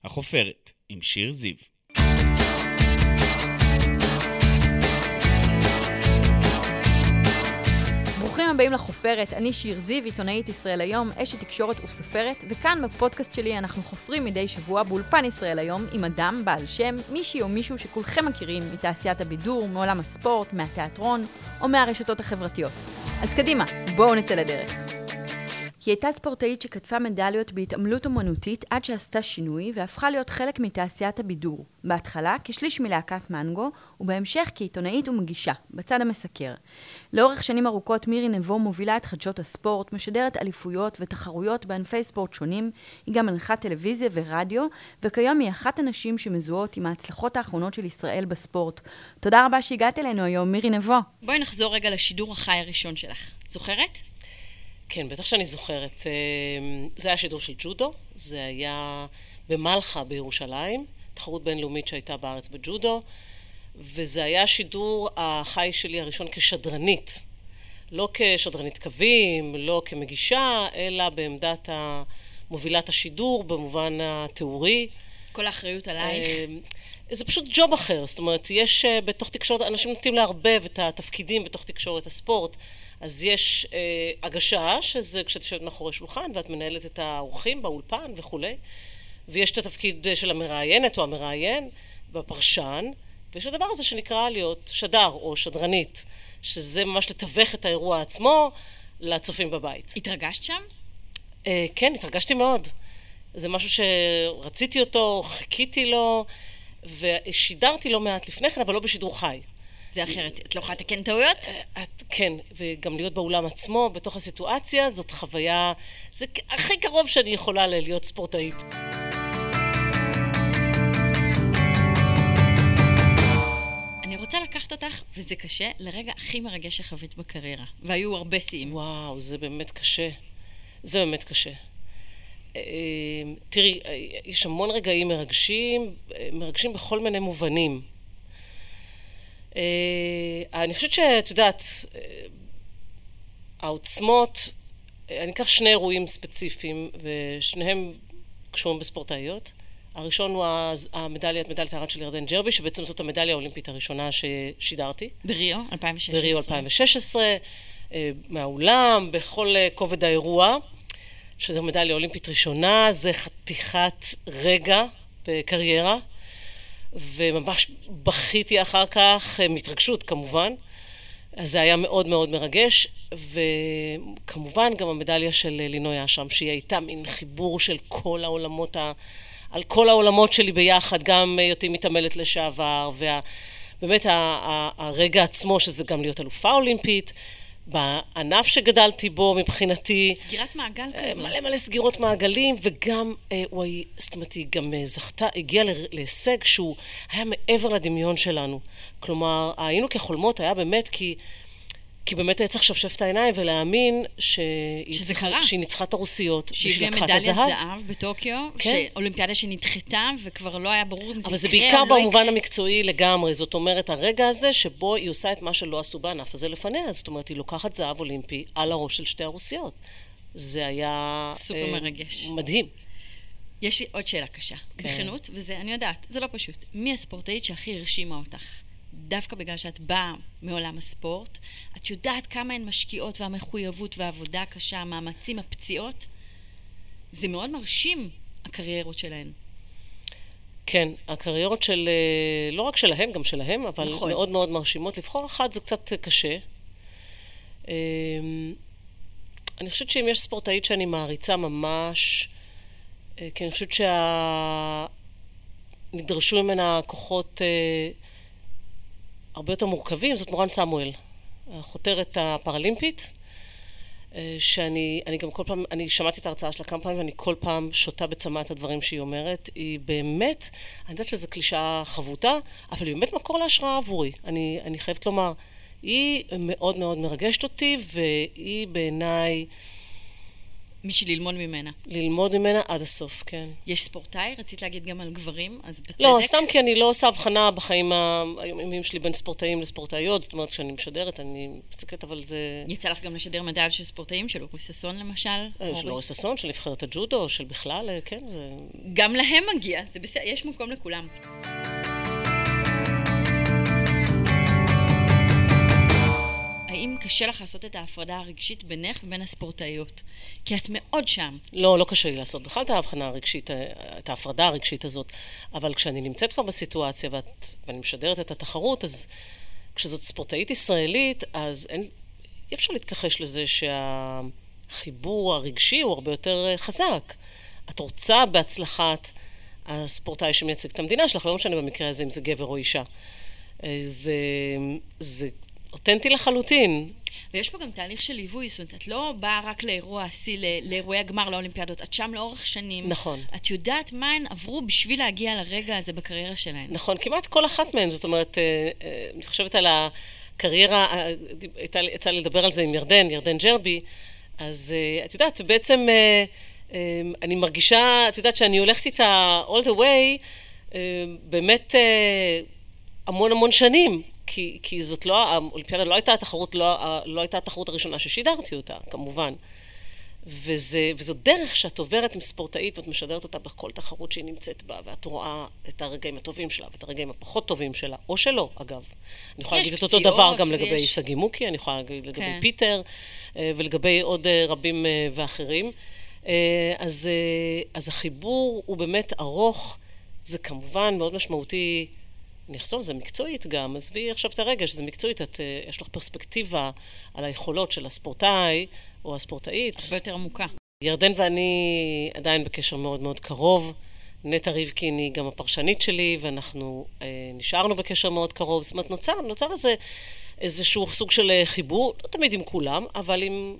החופרת, עם שיר זיו. ברוכים הבאים לחופרת, אני שיר זיו, עיתונאית ישראל היום, אשת תקשורת וסופרת, וכאן בפודקאסט שלי אנחנו חופרים מדי שבוע באולפן ישראל היום עם אדם, בעל שם, מישהי או מישהו שכולכם מכירים מתעשיית הבידור, מעולם הספורט, מהתיאטרון או מהרשתות החברתיות. אז קדימה, בואו נצא לדרך. היא הייתה ספורטאית שכתבה מדליות בהתעמלות אומנותית עד שעשתה שינוי והפכה להיות חלק מתעשיית הבידור. בהתחלה כשליש מלהקת מנגו ובהמשך כעיתונאית ומגישה, בצד המסקר. לאורך שנים ארוכות מירי נבו מובילה את חדשות הספורט, משדרת אליפויות ותחרויות בענפי ספורט שונים, היא גם מנחת טלוויזיה ורדיו, וכיום היא אחת הנשים שמזוהות עם ההצלחות האחרונות של ישראל בספורט. תודה רבה שהגעת אלינו היום, מירי נבו. בואי נחזור רגע לשידור החי הראשון שלך. זוכרת? כן, בטח שאני זוכרת. זה היה שידור של ג'ודו, זה היה במלחה בירושלים, תחרות בינלאומית שהייתה בארץ בג'ודו, וזה היה השידור החי שלי הראשון כשדרנית. לא כשדרנית קווים, לא כמגישה, אלא בעמדת מובילת השידור במובן התיאורי. כל האחריות עלייך. זה פשוט ג'וב אחר, זאת אומרת, יש בתוך תקשורת, אנשים נוטים לערבב את התפקידים בתוך תקשורת הספורט, אז יש הגשה, שזה כשאת יושבת מאחורי שולחן, ואת מנהלת את האורחים באולפן וכו'. ויש את התפקיד של המראיינת או המראיין, בפרשן, ויש הדבר הזה שנקרא להיות שדר או שדרנית, שזה ממש לתווך את האירוע עצמו לצופים בבית. התרגשת שם? כן, התרגשתי מאוד. זה משהו שרציתי אותו, חיכיתי לו, ושידרתי לא מעט לפני כן, אבל לא בשידור חי. זה אחרת. את לא יכולה לתקן טעויות? כן, וגם להיות באולם עצמו, בתוך הסיטואציה, זאת חוויה, זה הכי קרוב שאני יכולה להיות ספורטאית. אני רוצה לקחת אותך, וזה קשה, לרגע הכי מרגש שחווית בקריירה. והיו הרבה שיאים. וואו, זה באמת קשה. זה באמת קשה. תראי, יש המון רגעים מרגשים בכל מיני מובנים. אני חושבת שאת יודעת, העוצמות, אני אקח שני אירועים ספציפיים, ושניהם קשורים בספורטאיות. הראשון הוא מדליית הארד של ירדן ג'רבי, שבעצם זאת המדליה האולימפית הראשונה ששידרתי. בריו 2016. בריו 2016, מהאולם, בכל כובד האירוע, שזו מדליה אולימפית ראשונה, זה חתיכת רגע בקריירה, וממש בכיתי אחר כך, מתרגשות כמובן, אז זה היה מאוד מאוד מרגש, וכמובן גם המדליה של לינוי אשרם, שהיא הייתה מין חיבור של כל העולמות, על כל העולמות שלי ביחד, גם היותי מתעמלת לשעבר, ובאמת הרגע עצמו, שזה גם להיות אלופה אולימפית, בענף שגדלתי בו מבחינתי. סגירת מעגל כזו. מלא סגירות מעגלים, וגם, זאת אומרת, היא גם זכתה, הגיעה להישג שהוא היה מעבר לדמיון שלנו. כלומר, היינו כחולמות, היה באמת כי באמת היה צריך לשפשף את העיניים ולהאמין שזה קרה. שהיא ניצחה את הרוסיות. שהביאה מדליית זהב בטוקיו, כן. שאולימפיאדה שנדחתה, וכבר לא היה ברור אם זה יקרה או לא יקרה. אבל זה בעיקר במובן המקצועי לגמרי. זאת אומרת, הרגע הזה שבו היא עושה את מה שלא עשו בענף הזה לפניה. זאת אומרת, היא לוקחת זהב אולימפי על הראש של שתי הרוסיות. זה היה סופר מרגש. מדהים. יש לי עוד שאלה קשה. כן. בכנות, וזה, אני יודעת, זה לא פשוט. מי הספורטאית שהכי הרשימה אותך? דווקא בגלל שאת באה מעולם הספורט, את יודעת כמה הן משקיעות והמחויבות והעבודה הקשה, המאמצים, הפציעות. זה מאוד מרשים, הקריירות שלהן. כן, הקריירות של, לא רק שלהן, גם שלהם, אבל נכון. מאוד מאוד מרשימות. לבחור אחת זה קצת קשה. אני חושבת שאם יש ספורטאית שאני מעריצה ממש, כי אני חושבת נדרשו ממנה כוחות הרבה יותר מורכבים, זאת מורן סמואל, החותרת הפרלימפית, שאני גם כל פעם, אני שמעתי את ההרצאה שלה כמה פעמים, ואני כל פעם שותה בצמא את הדברים שהיא אומרת. היא באמת, אני יודעת שזו קלישאה חבוטה, אבל היא באמת מקור להשראה עבורי. אני חייבת לומר, היא מאוד מאוד מרגשת אותי, והיא בעיניי מישהי ללמוד ממנה. ללמוד ממנה עד הסוף, כן. יש ספורטאי? רצית להגיד גם על גברים, אז בצדק. לא, סתם כי אני לא עושה הבחנה בחיים היומיומיים שלי בין ספורטאים לספורטאיות, זאת אומרת, כשאני משדרת, אני מסתכלת, אבל זה... יצא לך גם לשדר מדל של ספורטאים, של אורי ששון למשל? של אורי ששון, של נבחרת הג'ודו, של בכלל, כן, זה... גם להם מגיע, זה בסדר, יש מקום לכולם. האם קשה לך לעשות את ההפרדה הרגשית בינך ובין הספורטאיות? כי את מאוד שם. לא, לא קשה לי לעשות בכלל את ההבחנה הרגשית, את ההפרדה הרגשית הזאת. אבל כשאני נמצאת כבר בסיטואציה ואני משדרת את התחרות, אז כשזאת ספורטאית ישראלית, אז אי אפשר להתכחש לזה שהחיבור הרגשי הוא הרבה יותר חזק. את רוצה בהצלחת הספורטאי שמייצג את המדינה שלך, לא משנה במקרה הזה אם זה גבר או אישה. זה אותנטי לחלוטין. ויש פה גם תהליך של ליווי, זאת אומרת, את לא באה רק לאירוע השיא, לאירועי הגמר, לאולימפיאדות, את שם לאורך שנים. נכון. את יודעת מה הן עברו בשביל להגיע לרגע הזה בקריירה שלהן. נכון, כמעט כל אחת מהן, זאת אומרת, אני חושבת על הקריירה, יצא לי לדבר על זה עם ירדן ג'רבי, אז את יודעת, בעצם אני מרגישה, את יודעת שאני הולכת איתה all the way, באמת המון שנים. כי זאת לא, האולימפיאדה לא הייתה התחרות, לא הייתה התחרות הראשונה ששידרתי אותה, כמובן. וזו דרך שאת עוברת עם ספורטאית, ואת משדרת אותה בכל תחרות שהיא נמצאת בה, ואת רואה את הרגעים הטובים שלה, ואת הרגעים הפחות טובים שלה, או שלא, אגב. אני יכולה להגיד את אותו דבר גם לגבי סגי מוקי, אני יכולה להגיד לגבי פיטר, ולגבי עוד רבים ואחרים. אז החיבור הוא באמת ארוך, זה כמובן מאוד משמעותי, אני אחזור לזה מקצועית גם, אז בי עכשיו את הרגע שזה מקצועית, יש לך פרספקטיבה על היכולות של הספורטאי או הספורטאית. הרבה יותר עמוקה. ירדן ואני עדיין בקשר מאוד מאוד קרוב. נטע ריבקין היא גם הפרשנית שלי, ואנחנו נשארנו בקשר מאוד קרוב. זאת אומרת, נוצר איזשהו סוג של חיבור, לא תמיד עם כולם, אבל עם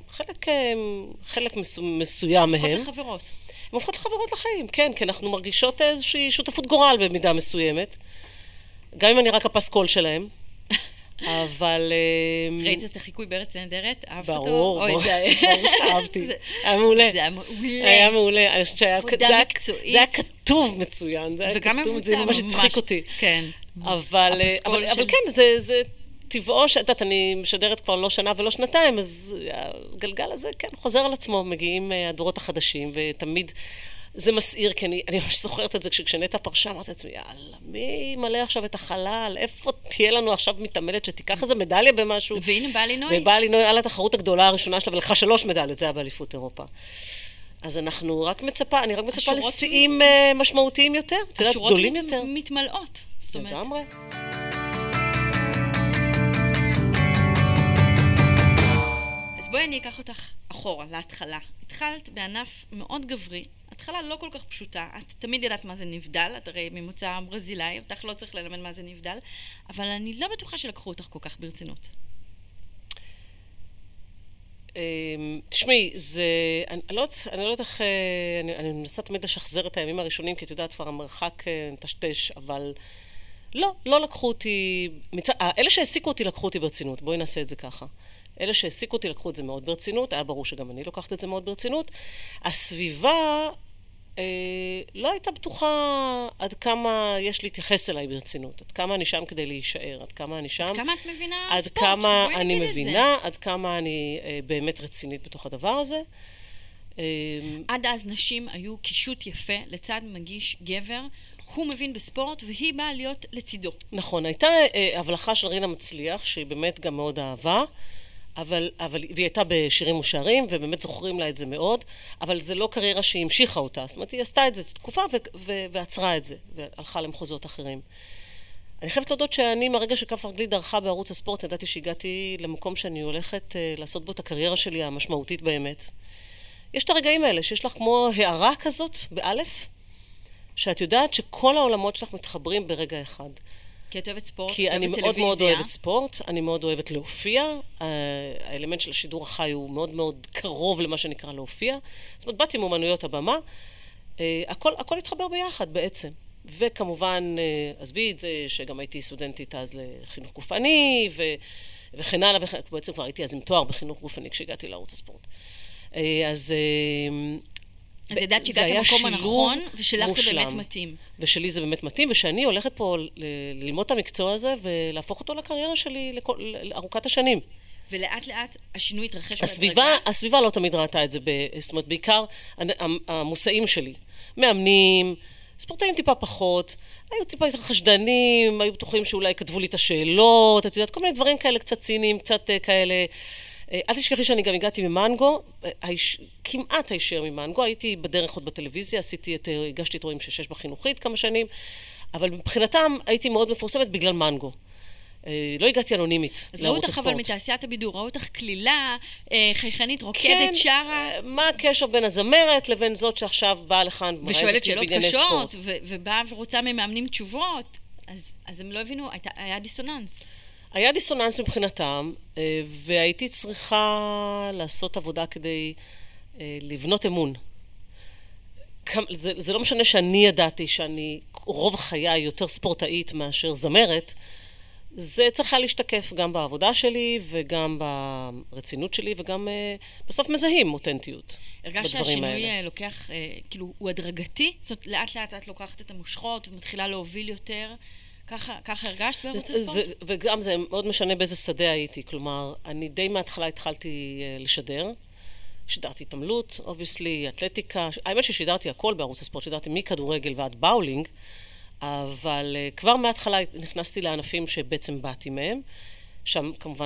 חלק מסוים מהם. הופכות לחברות. הן הופכות לחברות לחיים, כן, כי אנחנו מרגישות איזושהי שותפות גורל במידה מסוימת. גם אם אני רק הפסקול שלהם, אבל... ראית את החיקוי בארץ נהדרת? אהבת אותו? ברור שאהבתי. היה מעולה. היה מעולה. אני חושבת שהיה... זה היה כתוב מצוין. וגם מבוצע. זה ממש הצחיק אותי. כן. אבל כן, זה טבעו, שאת אני משדרת כבר לא שנה ולא שנתיים, אז הגלגל הזה, כן, חוזר על עצמו. מגיעים הדורות החדשים, ותמיד... זה מסעיר, כי אני ממש זוכרת את זה, כשנטע פרשה, אמרתי לעצמי, יאללה, מי מלא עכשיו את החלל? איפה תהיה לנו עכשיו מתעמלת שתיקח איזה מדליה במשהו? והנה באה לינוי. ובאה לינוי על התחרות הגדולה הראשונה שלה, ולקחה 3 מדליות, זה היה באליפות אירופה. אז אני רק מצפה לשיאים משמעותיים יותר, את יודעת, גדולים יותר. השורות מתמלאות, זאת אומרת. לגמרי. אז בואי אני אקח אותך אחורה, להתחלה. התחלת בענף מאוד גברי, התחלה לא כל כך פשוטה, את תמיד ידעת מה זה נבדל, את הרי ממוצא ברזילאי, אותך לא צריך ללמד מה זה נבדל, אבל אני לא בטוחה שלקחו אותך כל כך ברצינות. תשמעי, אני לא יודעת איך, אני מנסה תמיד לשחזר את הימים הראשונים, כי את יודעת כבר המרחק נטשטש, אבל לא לקחו אותי, אלה שהעסיקו אותי לקחו אותי ברצינות, בואי נעשה את זה ככה. אלה שהעסיקו אותי לקחו את זה מאוד ברצינות, היה ברור שגם אני לוקחת את זה מאוד ברצינות. הסביבה לא הייתה בטוחה עד כמה יש להתייחס אליי ברצינות, עד כמה אני שם כדי להישאר, עד כמה אני שם. עד כמה את מבינה עד ספורט, כמה אני מבינה, עד כמה אני באמת רצינית בתוך הדבר הזה. עד אז נשים היו קישוט יפה לצד מגיש גבר, הוא מבין בספורט והיא באה להיות לצידו. נכון, הייתה הבלחה של רינה מצליח, שהיא באמת גם מאוד אהבה, אבל והיא הייתה בשירים ושערים, ובאמת זוכרים לה את זה מאוד, אבל זה לא קריירה שהיא המשיכה אותה. זאת אומרת, היא עשתה את זה תקופה ועצרה את זה, והלכה למחוזות אחרים. אני חייבת להודות שאני, מהרגע שכף רגלי דרכה בערוץ הספורט, ידעתי שהגעתי למקום שאני הולכת לעשות בו את הקריירה שלי המשמעותית באמת. יש את הרגעים האלה שיש לך כמו הערה כזאת, באלף, שאת יודעת שכל העולמות שלך מתחברים ברגע אחד. כי את אוהבת ספורט, כי אני מאוד מאוד אוהבת ספורט, אני מאוד אוהבת להופיע, האלמנט של השידור החי הוא מאוד מאוד קרוב למה שנקרא להופיע, זאת אומרת, באתי עם אומנויות הבמה, הכל התחבר ביחד בעצם, וכמובן, עזבי את זה שגם הייתי סטודנטית אז לחינוך גופני, וכן הלאה, בעצם כבר הייתי אז עם תואר בחינוך גופני כשהגעתי לערוץ הספורט. אז ידעת שהגעת למקום הנכון, ושלך זה באמת מתאים. ושלי זה באמת מתאים, ושאני הולכת פה ללמוד את המקצוע הזה, ולהפוך אותו לקריירה שלי לארוכת השנים. ולאט לאט השינוי התרחש בהדרגה. הסביבה לא תמיד ראתה את זה, זאת אומרת, בעיקר המושאים שלי. מאמנים, ספורטאים טיפה פחות, היו טיפה יותר חשדנים, היו בטוחים שאולי כתבו לי את השאלות, את יודעת, כל מיני דברים כאלה, קצת ציניים, קצת כאלה. אל תשכחי שאני גם הגעתי ממנגו, כמעט הישר ממנגו, הייתי בדרך עוד בטלוויזיה, הגשתי את רואים שש בחינוכית כמה שנים, אבל מבחינתם הייתי מאוד מפורסמת בגלל מנגו. לא הגעתי אנונימית לערוץ הספורט. אז ראו אותך אבל מתעשיית הבידור, ראו אותך כלילה, חייכנית, רוקדת, שרה. מה הקשר בין הזמרת לבין זאת שעכשיו באה לכאן ושואלת שאלות קשות, ובאה ורוצה ממאמנים תשובות, אז הם לא הבינו, היה דיסוננס. היה דיסוננס מבחינתם, והייתי צריכה לעשות עבודה כדי לבנות אמון. זה לא משנה שאני ידעתי שאני רוב חיי יותר ספורטאית מאשר זמרת, זה צריכה להשתקף גם בעבודה שלי וגם ברצינות שלי וגם בסוף מזהים אותנטיות. הרגשת שהשינוי לוקח, כאילו, הוא הדרגתי? זאת אומרת, לאט לאט את לוקחת את המושכות ומתחילה להוביל יותר? ככה הרגשת בערוץ הספורט? וגם זה מאוד משנה באיזה שדה הייתי. כלומר, אני די מההתחלה התחלתי לשדר. שידרתי התעמלות, obviously, אתלטיקה. האמת ששידרתי הכל בערוץ הספורט, שידרתי מכדורגל ועד באולינג. אבל כבר מההתחלה נכנסתי לענפים שבעצם באתי מהם. שם כמובן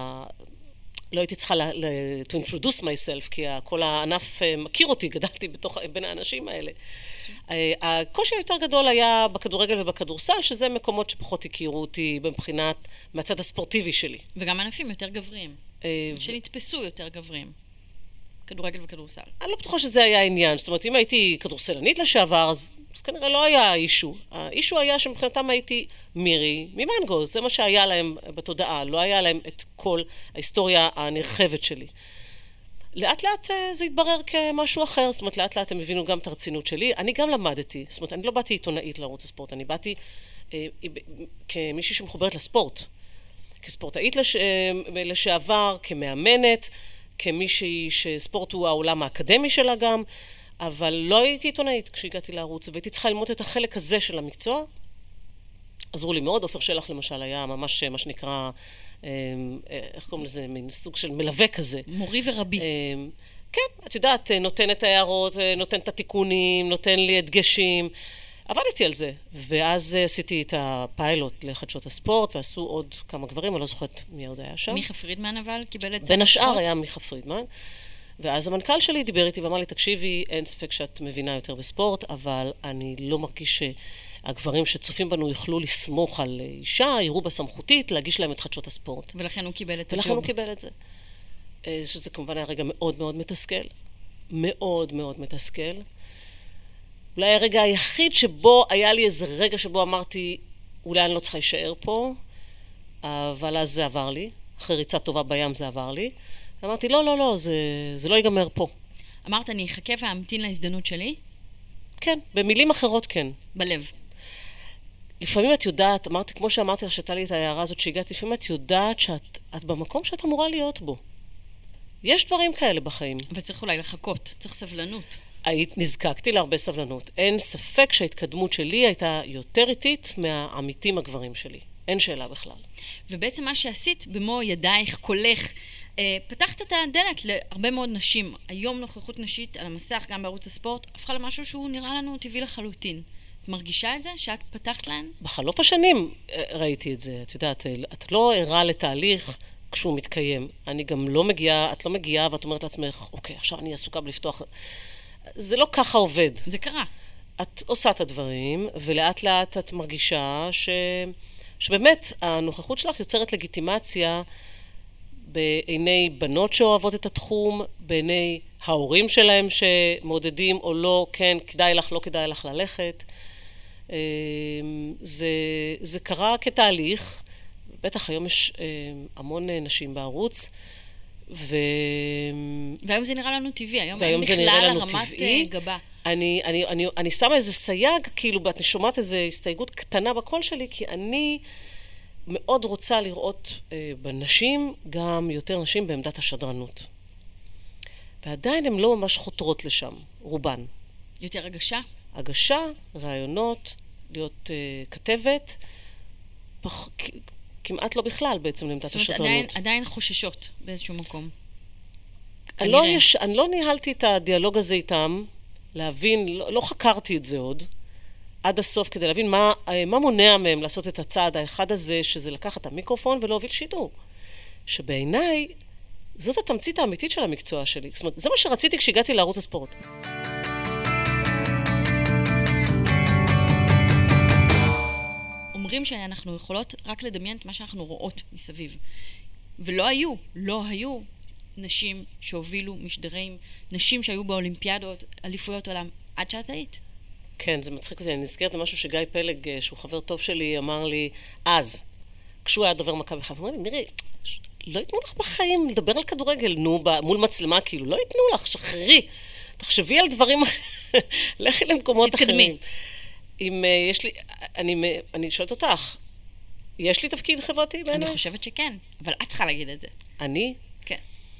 לא הייתי צריכה to introduce myself, כי כל הענף מכיר אותי, גדלתי בין האנשים האלה. הקושי היותר גדול היה בכדורגל ובכדורסל, שזה מקומות שפחות הכירו אותי מבחינת מהצד הספורטיבי שלי. וגם ענפים יותר גבריים, שנתפסו יותר גבריים. כדורגל וכדורסל. אני לא בטוחה שזה היה העניין. זאת אומרת, אם הייתי כדורסלנית לשעבר, אז כנראה לא היה אישו. האישו היה שמבחינתם הייתי מירי ממנגו. זה מה שהיה להם בתודעה. לא היה להם את כל ההיסטוריה הנרחבת שלי. לאט לאט זה התברר כמשהו אחר. זאת אומרת, לאט לאט הם הבינו גם את הרצינות שלי. אני גם למדתי. זאת אומרת, אני לא באתי עיתונאית לערוץ הספורט. אני באתי כמישהי שמחוברת לספורט. כספורטאית לשעבר, כמאמנת, כמישהי שספורט הוא העולם האקדמי שלה גם, אבל לא הייתי עיתונאית כשהגעתי לערוץ, והייתי צריכה ללמוד את החלק הזה של המקצוע. עזרו לי מאוד, עופר שלח למשל היה ממש מה שנקרא, איך קוראים לזה, מין סוג של מלווה כזה. מורי ורבי. כן, את יודעת, נותן את ההערות, נותן את התיקונים, נותן לי הדגשים. עבדתי על זה, ואז עשיתי את הפיילוט לחדשות הספורט, ועשו עוד כמה גברים, אני לא זוכרת מי עוד היה שם. מיכה פרידמן אבל קיבל את בין השאר היה מיכה פרידמן, ואז המנכ"ל שלי דיבר איתי ואמר לי, תקשיבי, אין ספק שאת מבינה יותר בספורט, אבל אני לא מרגיש שהגברים שצופים בנו יוכלו לסמוך על אישה, יראו בסמכותית, להגיש להם את חדשות הספורט. ולכן הוא קיבל את ולכן הוא קיבל את זה. שזה כמובן היה רגע מאוד מאוד מתסכל. מאוד מאוד מתסכל. אולי הרגע היחיד שבו היה לי איזה רגע שבו אמרתי, אולי אני לא צריכה להישאר פה, אבל אז זה עבר לי. אחרי ריצה טובה בים זה עבר לי. אמרתי, לא, זה לא ייגמר פה. אמרת, אני אחכה ואמתין להזדמנות שלי? כן, במילים אחרות כן. בלב. לפעמים את יודעת, אמרתי, כמו שאמרתי לך שהייתה לי את ההערה הזאת שהגעתי, לפעמים את יודעת שאת במקום שאת אמורה להיות בו. יש דברים כאלה בחיים. וצריך אולי לחכות, צריך סבלנות. נזקקתי להרבה סבלנות. אין ספק שההתקדמות שלי הייתה יותר איטית מהעמיתים הגברים שלי. אין שאלה בכלל. ובעצם מה שעשית במו ידייך, קולך, פתחת את הדלת להרבה מאוד נשים. היום נוכחות נשית על המסך, גם בערוץ הספורט, הפכה למשהו שהוא נראה לנו טבעי לחלוטין. את מרגישה את זה? שאת פתחת להן? בחלוף השנים ראיתי את זה. את יודעת, את לא ערה לתהליך כשהוא מתקיים. אני גם לא מגיעה, את לא מגיעה ואת אומרת לעצמך, אוקיי, עכשיו אני עסוקה בלפתוח. זה לא ככה עובד. זה קרה. את עושה את הדברים, ולאט לאט את מרגישה שבאמת הנוכחות שלך יוצרת לגיטימציה בעיני בנות שאוהבות את התחום, בעיני ההורים שלהם שמעודדים או לא, כן, כדאי לך, לא כדאי לך ללכת. זה קרה כתהליך, בטח היום יש המון נשים בערוץ, והיום זה נראה לנו טבעי, היום אין בכלל הרמת גבה. אני שמה איזה סייג, כאילו, את שומעת איזו הסתייגות קטנה בקול שלי, כי אני מאוד רוצה לראות בנשים גם יותר נשים בעמדת השדרנות. ועדיין הן לא ממש חותרות לשם, רובן. יותר הגשה? הגשה, רעיונות, להיות כתבת, כמעט לא בכלל בעצם לעמדת השדרנות. זאת אומרת, עדיין חוששות באיזשהו מקום. אני לא ניהלתי את הדיאלוג הזה איתם, להבין, לא חקרתי את זה עוד, עד הסוף כדי להבין מה מונע מהם לעשות את הצעד האחד הזה, שזה לקחת את המיקרופון ולהוביל שידור. שבעיניי, זאת התמצית האמיתית של המקצוע שלי. זאת אומרת, זה מה שרציתי כשהגעתי לערוץ הספורט. אומרים שאנחנו יכולות רק לדמיין את מה שאנחנו רואות מסביב. ולא היו נשים שהובילו משדרים, נשים שהיו באולימפיאדות, אליפויות עולם, עד שאת היית. כן, זה מצחיק אותי. אני נזכרת משהו שגיא פלג, שהוא חבר טוב שלי, אמר לי, אז, כשהוא היה דובר מכבי חיפה, הוא אמר לי, מירי, לא ייתנו לך בחיים לדבר על כדורגל, מול מצלמה, כאילו, לא ייתנו לך, שחררי. תחשבי על דברים, לכי למקומות אחרים. אם יש לי, אני שואלת אותך, יש לי תפקיד חברתי בעיניי? אני חושבת שכן, אבל את צריכה להגיד את זה. אני? כן.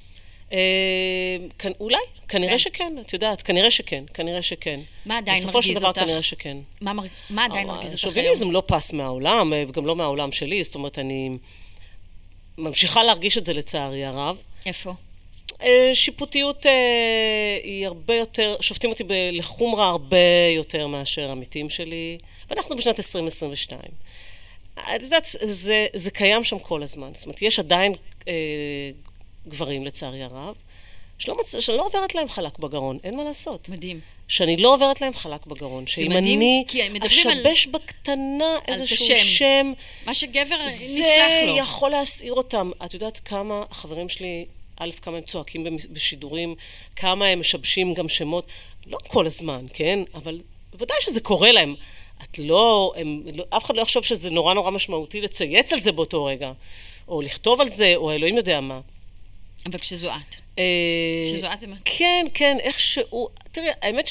אולי, כנראה שכן, את יודעת, כנראה שכן. מה עדיין בסופו מרגיז של דבר אותך? כנראה שכן. מה עדיין מרגיז אותך היום? השוביניזם לא פס מהעולם, וגם לא מהעולם שלי, זאת אומרת, אני ממשיכה להרגיש את זה לצערי הרב. איפה? שיפוטיות היא הרבה יותר, שופטים אותי לחומרה הרבה יותר מאשר עמיתים שלי, ואנחנו בשנת 2022. את יודעת, זה קיים שם כל הזמן. זאת אומרת, יש עדיין גברים לצערי הרב, שאני לא עוברת להם חלק בגרון, אין מה לעשות. מדהים. שאני לא עוברת להם חלק בגרון, שאם אני אשבש בקטנה איזשהו שם, מה שגבר נסלח לו. זה יכול להסעיר אותם. את יודעת כמה החברים שלי, כמה הם צועקים בשידורים, כמה הם משבשים גם שמות, לא כל הזמן, כן? אבל בוודאי שזה קורה להם. אף אחד לא יחשוב שזה נורא נורא משמעותי לצייץ על זה באותו רגע, או לכתוב על זה, או אלוהים יודע מה. אבל כשזו את. כשזו את זה מה? כן, איכשהו, תראי, האמת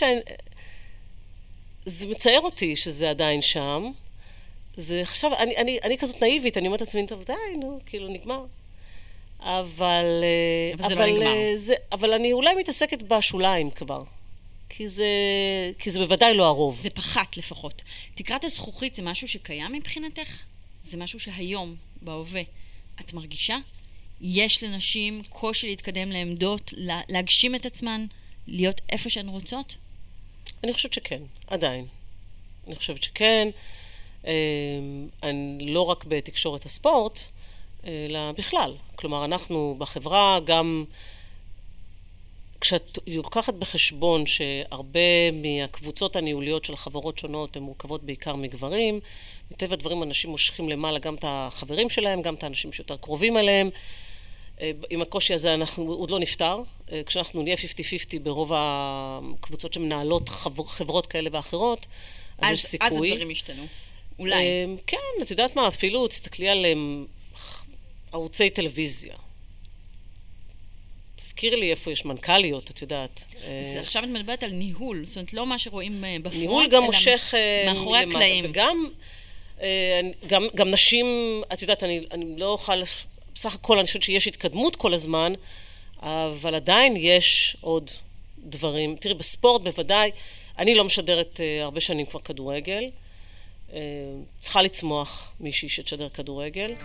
זה מצייר אותי שזה עדיין שם. עכשיו, אני כזאת נאיבית, אני אומרת לעצמי, טוב, די, נו, כאילו, נגמר. אבל זה לא נגמר. אבל אני אולי מתעסקת בשוליים כבר. כי זה בוודאי לא הרוב. זה פחת לפחות. תקרת הזכוכית זה משהו שקיים מבחינתך? זה משהו שהיום, בהווה, את מרגישה? יש לנשים קושי להתקדם לעמדות, להגשים את עצמן, להיות איפה שהן רוצות? אני חושבת שכן, עדיין. אני חושבת שכן. לא רק בתקשורת הספורט, אלא בכלל. כלומר, אנחנו בחברה גם, כשאת לוקחת בחשבון שהרבה מהקבוצות הניהוליות של חברות שונות הן מורכבות בעיקר מגברים, מטבע הדברים אנשים מושכים למעלה גם את החברים שלהם, גם את האנשים שיותר קרובים אליהם. עם הקושי הזה אנחנו עוד לא נפטר. כשאנחנו נהיה 50-50 ברוב הקבוצות שמנהלות חברות כאלה ואחרות, אז יש סיכוי. אז הדברים ישתנו. אולי. כן, את יודעת מה, אפילו תסתכלי על ערוצי טלוויזיה. תזכירי לי איפה יש מנכ"ליות, את יודעת. אז עכשיו את מדברת על ניהול, זאת אומרת, לא מה שרואים בפרונט, ניהול גם מושך מאחורי הקלעים. וגם נשים, את יודעת, אני לא אוכל, בסך הכל אני חושבת שיש התקדמות כל הזמן, אבל עדיין יש עוד דברים. תראי, בספורט בוודאי, אני לא משדרת הרבה שנים כבר כדורגל. צריכה לצמוח מישהי שתשדר כדורגל.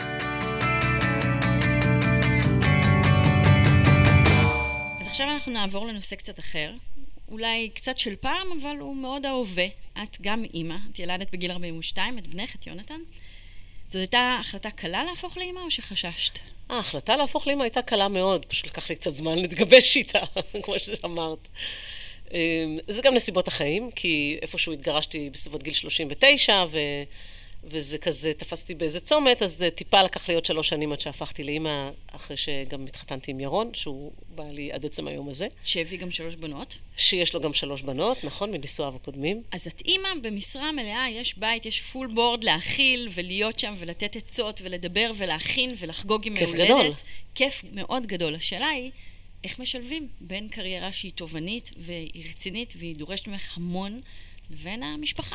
אז עכשיו אנחנו נעבור לנושא קצת אחר. אולי קצת של פעם, אבל הוא מאוד ההווה. את גם אימא, את ילדת בגיל 42, את בנך, את יונתן. זאת הייתה החלטה קלה להפוך לאימא או שחששת? ההחלטה להפוך לאימא הייתה קלה מאוד, פשוט לקח לי קצת זמן להתגבש איתה, כמו שאמרת. זה גם נסיבות החיים, כי איפשהו התגרשתי בסביבות גיל 39, וזה כזה, תפסתי באיזה צומת, אז טיפה לקח לי עוד 3 שנים עד שהפכתי לאמא, אחרי שגם התחתנתי עם ירון, שהוא בא לי עד עצם היום הזה. שהביא גם 3 בנות. שיש לו גם 3 בנות, נכון, מנישואיו הקודמים. אז את אימא במשרה מלאה, יש בית, יש פול בורד להכיל ולהיות שם ולתת עצות ולדבר ולהכין ולחגוג עם כיף מהולדת. גדול. כיף מאוד גדול. השאלה היא, איך משלבים בין קריירה שהיא תובנית והיא רצינית והיא דורשת ממך המון לבין המשפחה?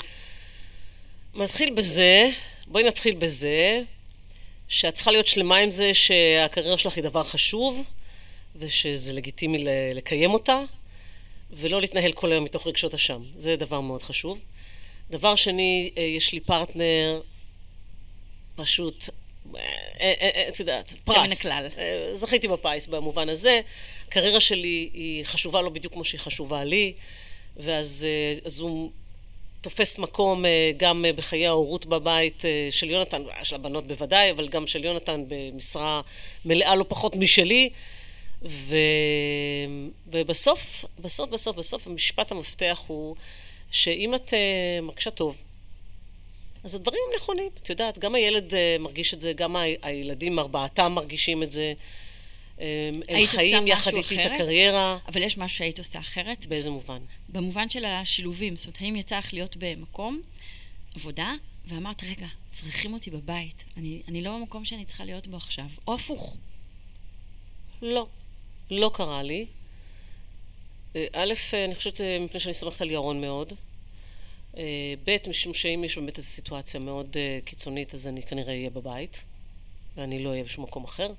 בואי נתחיל בזה, שאת צריכה להיות שלמה עם זה שהקריירה שלך היא דבר חשוב, ושזה לגיטימי לקיים אותה, ולא להתנהל כל היום מתוך רגשות אשם. זה דבר מאוד חשוב. דבר שני, יש לי פרטנר פשוט, את יודעת, פרס. מן הכלל. זכיתי בפיס במובן הזה. הקריירה שלי היא חשובה לו בדיוק כמו שהיא חשובה לי, ואז הוא תופס מקום גם בחיי ההורות בבית של יונתן, של הבנות בוודאי, אבל גם של יונתן במשרה מלאה לא פחות משלי. ובסוף, המשפט המפתח הוא שאם את מרגישה טוב, אז הדברים הם נכונים. את יודעת, גם הילד מרגיש את זה, גם הילדים ארבעתם מרגישים את זה. הם חיים יחד איתי את הקריירה. אבל יש משהו שהיית עושה אחרת? באיזה מובן? במובן של השילובים. זאת אומרת, האם יצא לך להיות במקום עבודה, ואמרת, רגע, צריכים אותי בבית. אני לא במקום שאני צריכה להיות בו עכשיו. או הפוך. לא קרה לי. א', אני חושבת מפני שאני סומכת על ירון מאוד. ב', משום שאם יש באמת איזו סיטואציה מאוד קיצונית, אז אני כנראה אהיה בבית, ואני לא אהיה בשום מקום אחר.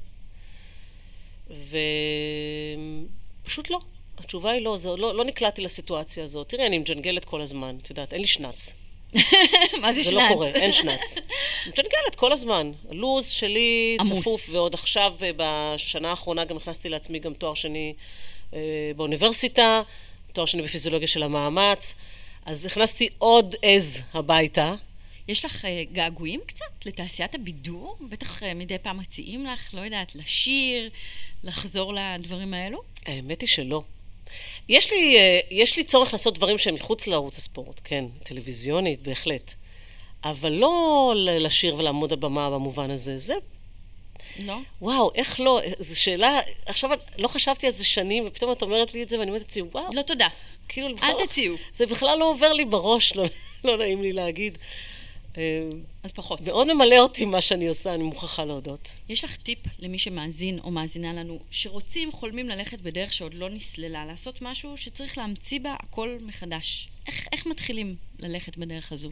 ופשוט לא. התשובה היא לא נקלעתי לסיטואציה הזאת. תראי, אני מג'נגלת כל הזמן. את יודעת, אין לי שנץ. מה זה שנץ? זה לא קורה, אין שנץ. מג'נגלת כל הזמן. הלוז שלי צפוף, ועוד עכשיו בשנה האחרונה גם הכנסתי לעצמי גם תואר שני באוניברסיטה, תואר שני בפיזיולוגיה של המאמץ. אז הכנסתי עוד עז הביתה. יש לך געגועים קצת לתעשיית הבידור? בטח מדי פעם מציעים לך, לא יודעת, לשיר, לחזור לדברים האלו? האמת היא שלא. יש לי צורך לעשות דברים שהם מחוץ לערוץ הספורט, כן, טלוויזיונית, בהחלט. אבל לא לשיר ולעמוד על במה במובן הזה. זה... לא? וואו, איך לא? זו שאלה... עכשיו לא חשבתי על זה שנים, ופתאום את אומרת לי את זה, ואני אומרת לעצמי, וואו. לא, תודה. כאילו, אל תציעו. זה בכלל לא עובר לי בראש, לא נעים לי להגיד. אז פחות. מאוד ממלא אותי מה שאני עושה, אני מוכרחה להודות. יש לך טיפ למי שמאזין או מאזינה לנו, שרוצים, חולמים ללכת בדרך שעוד לא נסללה, לעשות משהו שצריך להמציא בה הכל מחדש. איך מתחילים ללכת בדרך הזו?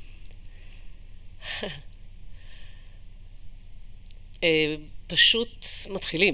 פשוט מתחילים.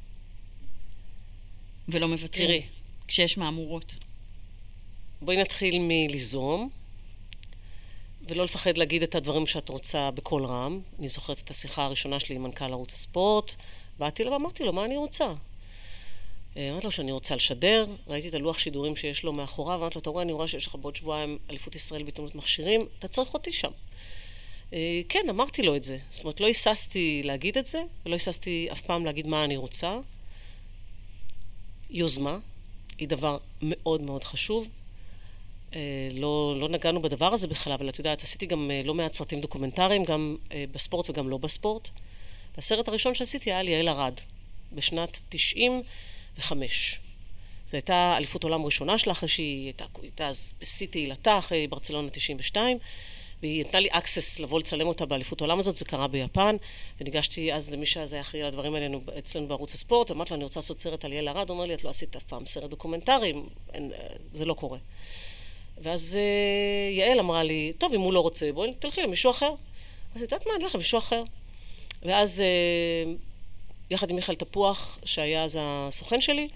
ולא מוותרים. תראי. כשיש מאמורות. בואי נתחיל מליזום, ולא לפחד להגיד את הדברים שאת רוצה בכל רם. אני זוכרת את השיחה הראשונה שלי עם מנכ"ל ערוץ הספורט, באתי אליו ואמרתי לו, מה אני רוצה? אמרתי לו שאני רוצה לשדר, ראיתי את הלוח שידורים שיש לו מאחוריו, ואמרתי לו, אתה רואה, אני רואה שיש לך בעוד שבועיים אליפות ישראל בעיתונות מכשירים, אתה צריך אותי שם. כן, אמרתי לו את זה. זאת אומרת, לא היססתי להגיד את זה, ולא היססתי אף פעם להגיד מה אני רוצה. יוזמה היא דבר מאוד מאוד חשוב. לא נגענו בדבר הזה בכלל, אבל את יודעת, עשיתי גם לא מעט סרטים דוקומנטריים, גם בספורט וגם לא בספורט. והסרט הראשון שעשיתי היה ליעל ארד, בשנת 95. זו הייתה אליפות עולם ראשונה שלה, אחרי שהיא הייתה אז בשיא תהילתה, אחרי ברצלונה 92, והיא נתנה לי אקסס לבוא לצלם אותה באליפות העולם הזאת, זה קרה ביפן, וניגשתי אז למי שאז היה אחראי על הדברים האלה אצלנו בערוץ הספורט, אמרתי לו, אני רוצה לעשות סרט על ליעל ארד, הוא אומר לי, את לא עשית אף פעם סרט דוקומנטרי, זה לא קורה. ואז יעל אמרה לי, טוב, אם הוא לא רוצה, בואי תלכי למישהו אחר. אז יודעת מה, אני הולך למישהו אחר. ואז יחד עם מיכאל תפוח, שהיה אז הסוכן שלי,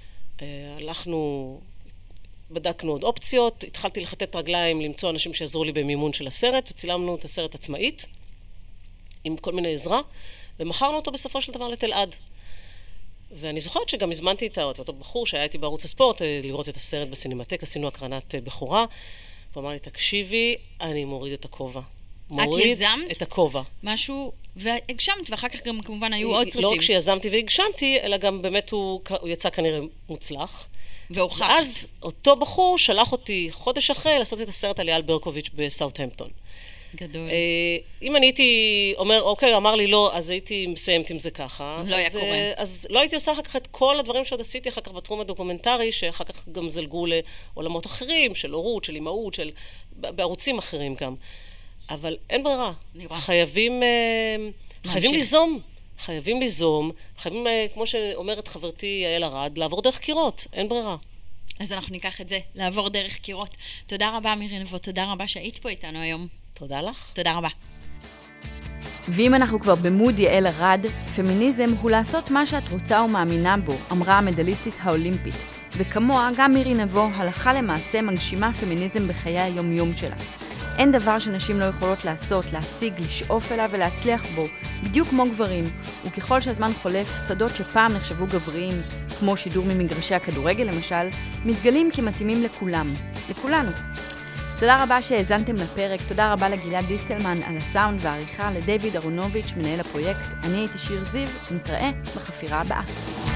בדקנו עוד אופציות, התחלתי לחטט רגליים למצוא אנשים שיעזרו לי במימון של הסרט, וצילמנו את הסרט עצמאית, עם כל מיני עזרה, ומכרנו אותו בסופו של דבר לתלעד. ואני זוכרת שגם הזמנתי את אותו בחור שהיה איתי בערוץ הספורט, לראות את הסרט בסינמטק, עשינו הקרנת בחורה, והוא אמר לי, תקשיבי, אני מוריד את הכובע. את יזמת? את הכובע. משהו, והגשמת, ואחר כך גם כמובן היו עוד סרטים. לא רק שיזמתי והגשמתי, אלא גם באמת הוא יצא כנראה מוצלח. והוכח. ואז אותו בחור שלח אותי חודש אחרי לעשות את הסרט על אייל ברקוביץ' בסאות'המפטון. גדול. אם אני הייתי אומר, אוקיי, אמר לי לא, אז הייתי מסיימת עם זה ככה. לא היה קורה. אז לא הייתי עושה אחר כך את כל הדברים שעוד עשיתי אחר כך בתחום הדוקומנטרי, שאחר כך גם זלגו לעולמות אחרים, של הורות, של אימהות, בערוצים אחרים גם. אבל אין ברירה. חייבים ליזום. חייבים ליזום. חייבים, כמו שאומרת חברתי יעל ארד, לעבור דרך קירות. אין ברירה. אז אנחנו ניקח את זה, לעבור דרך קירות. תודה רבה מירי נבו, תודה רבה שהיית פה איתנו היום. תודה לך. תודה רבה. ואם אנחנו כבר במוד יעל ארד, פמיניזם הוא לעשות מה שאת רוצה ומאמינה בו, אמרה המדליסטית האולימפית. וכמוה גם מירי נבו הלכה למעשה מגשימה פמיניזם בחיי היום-יום שלה. אין דבר שנשים לא יכולות לעשות, להשיג, לשאוף אליו ולהצליח בו, בדיוק כמו גברים, וככל שהזמן חולף, שדות שפעם נחשבו גבריים, כמו שידור ממגרשי הכדורגל למשל, מתגלים כמתאימים לכולם, לכולנו. תודה רבה שהאזנתם לפרק, תודה רבה לגלעד דיסטלמן על הסאונד והעריכה, לדייוויד אהרונוביץ' מנהל הפרויקט, אני הייתי שיר זיו, נתראה בחפירה הבאה.